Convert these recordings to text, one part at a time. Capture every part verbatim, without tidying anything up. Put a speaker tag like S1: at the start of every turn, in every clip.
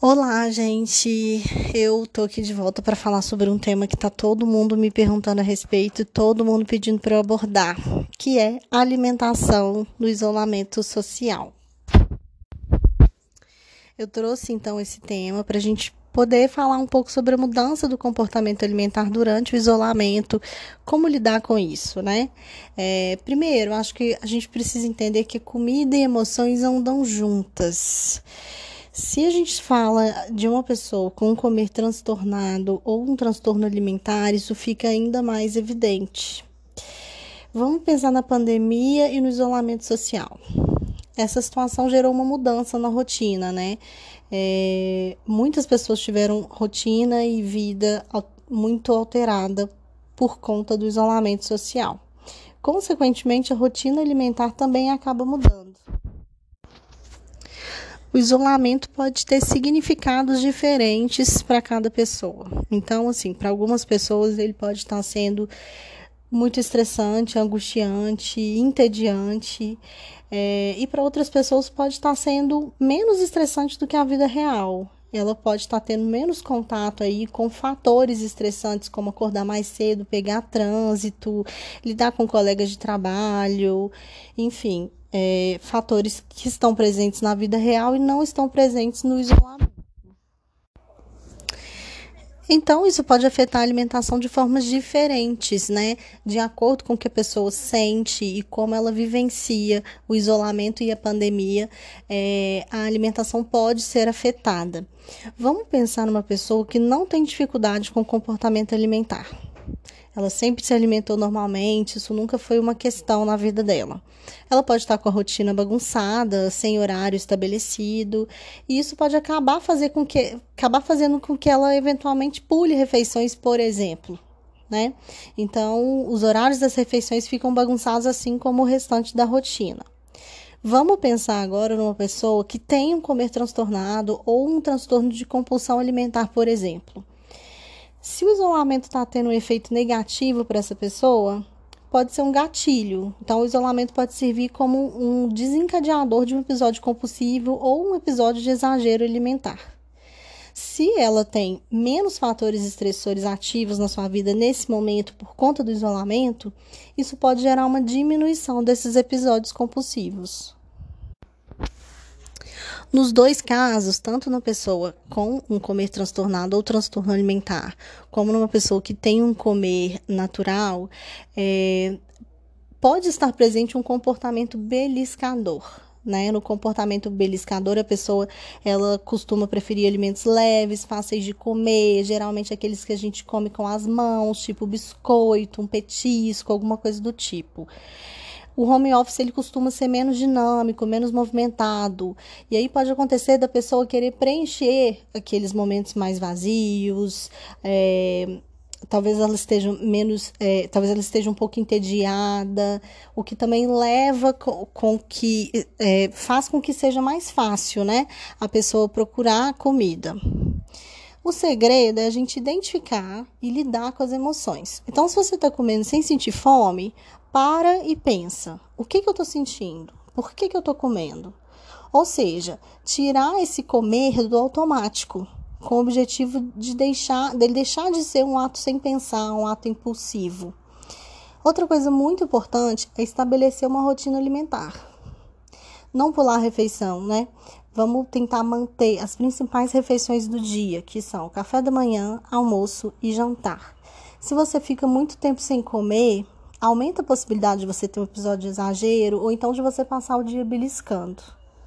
S1: Olá, gente. Eu tô aqui de volta para falar sobre um tema que tá todo mundo me perguntando a respeito e todo mundo pedindo para eu abordar, que é a alimentação no isolamento social. Eu trouxe então esse tema para a gente poder falar um pouco sobre a mudança do comportamento alimentar durante o isolamento, como lidar com isso, né? É, primeiro, acho que a gente precisa entender que comida e emoções andam juntas. Se a gente fala de uma pessoa com um comer transtornado ou um transtorno alimentar, isso fica ainda mais evidente. Vamos pensar na pandemia e no isolamento social. Essa situação gerou uma mudança na rotina, né? É, muitas pessoas tiveram rotina e vida muito alterada por conta do isolamento social. Consequentemente, a rotina alimentar também acaba mudando. O isolamento pode ter significados diferentes para cada pessoa. Então, assim, para algumas pessoas ele pode estar sendo muito estressante, angustiante, entediante, é, e para outras pessoas pode estar sendo menos estressante do que a vida real. Ela pode estar tendo menos contato aí com fatores estressantes, como acordar mais cedo, pegar trânsito, lidar com colegas de trabalho, enfim, é, fatores que estão presentes na vida real e não estão presentes no isolamento. Então, isso pode afetar a alimentação de formas diferentes, né? De acordo com o que a pessoa sente e como ela vivencia o isolamento e a pandemia, é, a alimentação pode ser afetada. Vamos pensar numa pessoa que não tem dificuldade com o comportamento alimentar. Ela sempre se alimentou normalmente, isso nunca foi uma questão na vida dela. Ela pode estar com a rotina bagunçada, sem horário estabelecido, e isso pode acabar, fazer com que, acabar fazendo com que ela eventualmente pule refeições, por exemplo. Né? Então, os horários das refeições ficam bagunçados assim como o restante da rotina. Vamos pensar agora numa pessoa que tem um comer transtornado ou um transtorno de compulsão alimentar, por exemplo. Se o isolamento está tendo um efeito negativo para essa pessoa, pode ser um gatilho. Então, o isolamento pode servir como um desencadeador de um episódio compulsivo ou um episódio de exagero alimentar. Se ela tem menos fatores estressores ativos na sua vida nesse momento por conta do isolamento, isso pode gerar uma diminuição desses episódios compulsivos. Nos dois casos, tanto na pessoa com um comer transtornado ou transtorno alimentar, como numa pessoa que tem um comer natural, é, pode estar presente um comportamento beliscador. Né? No comportamento beliscador, a pessoa ela costuma preferir alimentos leves, fáceis de comer, geralmente aqueles que a gente come com as mãos, tipo biscoito, um petisco, alguma coisa do tipo. O home office ele costuma ser menos dinâmico, menos movimentado. E aí pode acontecer da pessoa querer preencher aqueles momentos mais vazios. É, talvez ela esteja menos, é, talvez ela esteja um pouco entediada, o que também leva com, com que é, faz com que seja mais fácil, né, a pessoa procurar comida. O segredo é a gente identificar e lidar com as emoções. Então, se você está comendo sem sentir fome, para e pensa. O que, que eu estou sentindo? Por que, que eu estou comendo? Ou seja, tirar esse comer do automático, com o objetivo de deixar, dele deixar de ser um ato sem pensar, um ato impulsivo. Outra coisa muito importante é estabelecer uma rotina alimentar. Não pular a refeição, né? Vamos tentar manter as principais refeições do dia, que são café da manhã, almoço e jantar. Se você fica muito tempo sem comer, aumenta a possibilidade de você ter um episódio de exagero ou então de você passar o dia beliscando.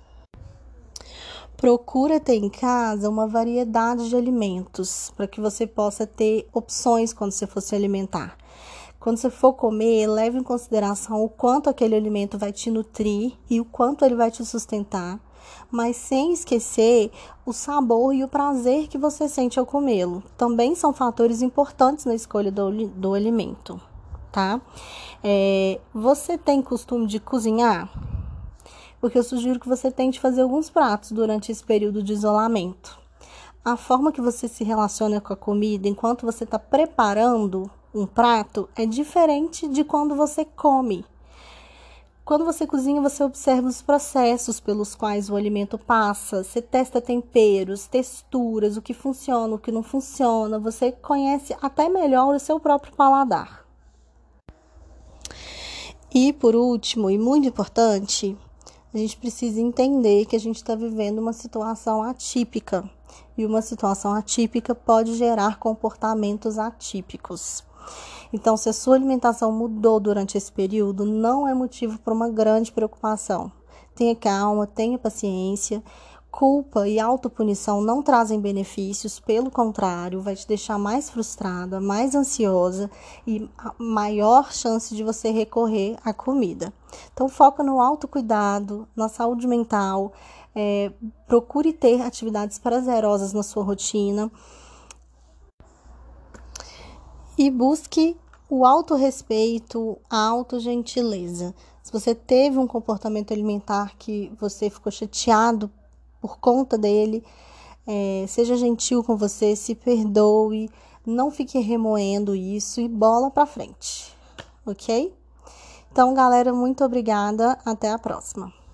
S1: Procura ter em casa uma variedade de alimentos para que você possa ter opções quando você for se alimentar. Quando você for comer, leve em consideração o quanto aquele alimento vai te nutrir e o quanto ele vai te sustentar, mas sem esquecer o sabor e o prazer que você sente ao comê-lo. Também são fatores importantes na escolha do, do alimento, tá? É, você tem costume de cozinhar? Porque eu sugiro que você tente fazer alguns pratos durante esse período de isolamento. A forma que você se relaciona com a comida enquanto você está preparando um prato é diferente de quando você come. Quando você cozinha, você observa os processos pelos quais o alimento passa, você testa temperos, texturas, o que funciona, o que não funciona, você conhece até melhor o seu próprio paladar. E por último, e muito importante, a gente precisa entender que a gente está vivendo uma situação atípica. E uma situação atípica pode gerar comportamentos atípicos. Então, se a sua alimentação mudou durante esse período, não é motivo para uma grande preocupação. Tenha calma, tenha paciência. Culpa e autopunição não trazem benefícios, pelo contrário, vai te deixar mais frustrada, mais ansiosa e maior chance de você recorrer à comida. Então, foca no autocuidado, na saúde mental, é, procure ter atividades prazerosas na sua rotina e busque o autorrespeito, a autogentileza. Se você teve um comportamento alimentar que você ficou chateado por conta dele, é, seja gentil com você, se perdoe, não fique remoendo isso e bola pra frente, ok? Então, galera, muito obrigada, até a próxima.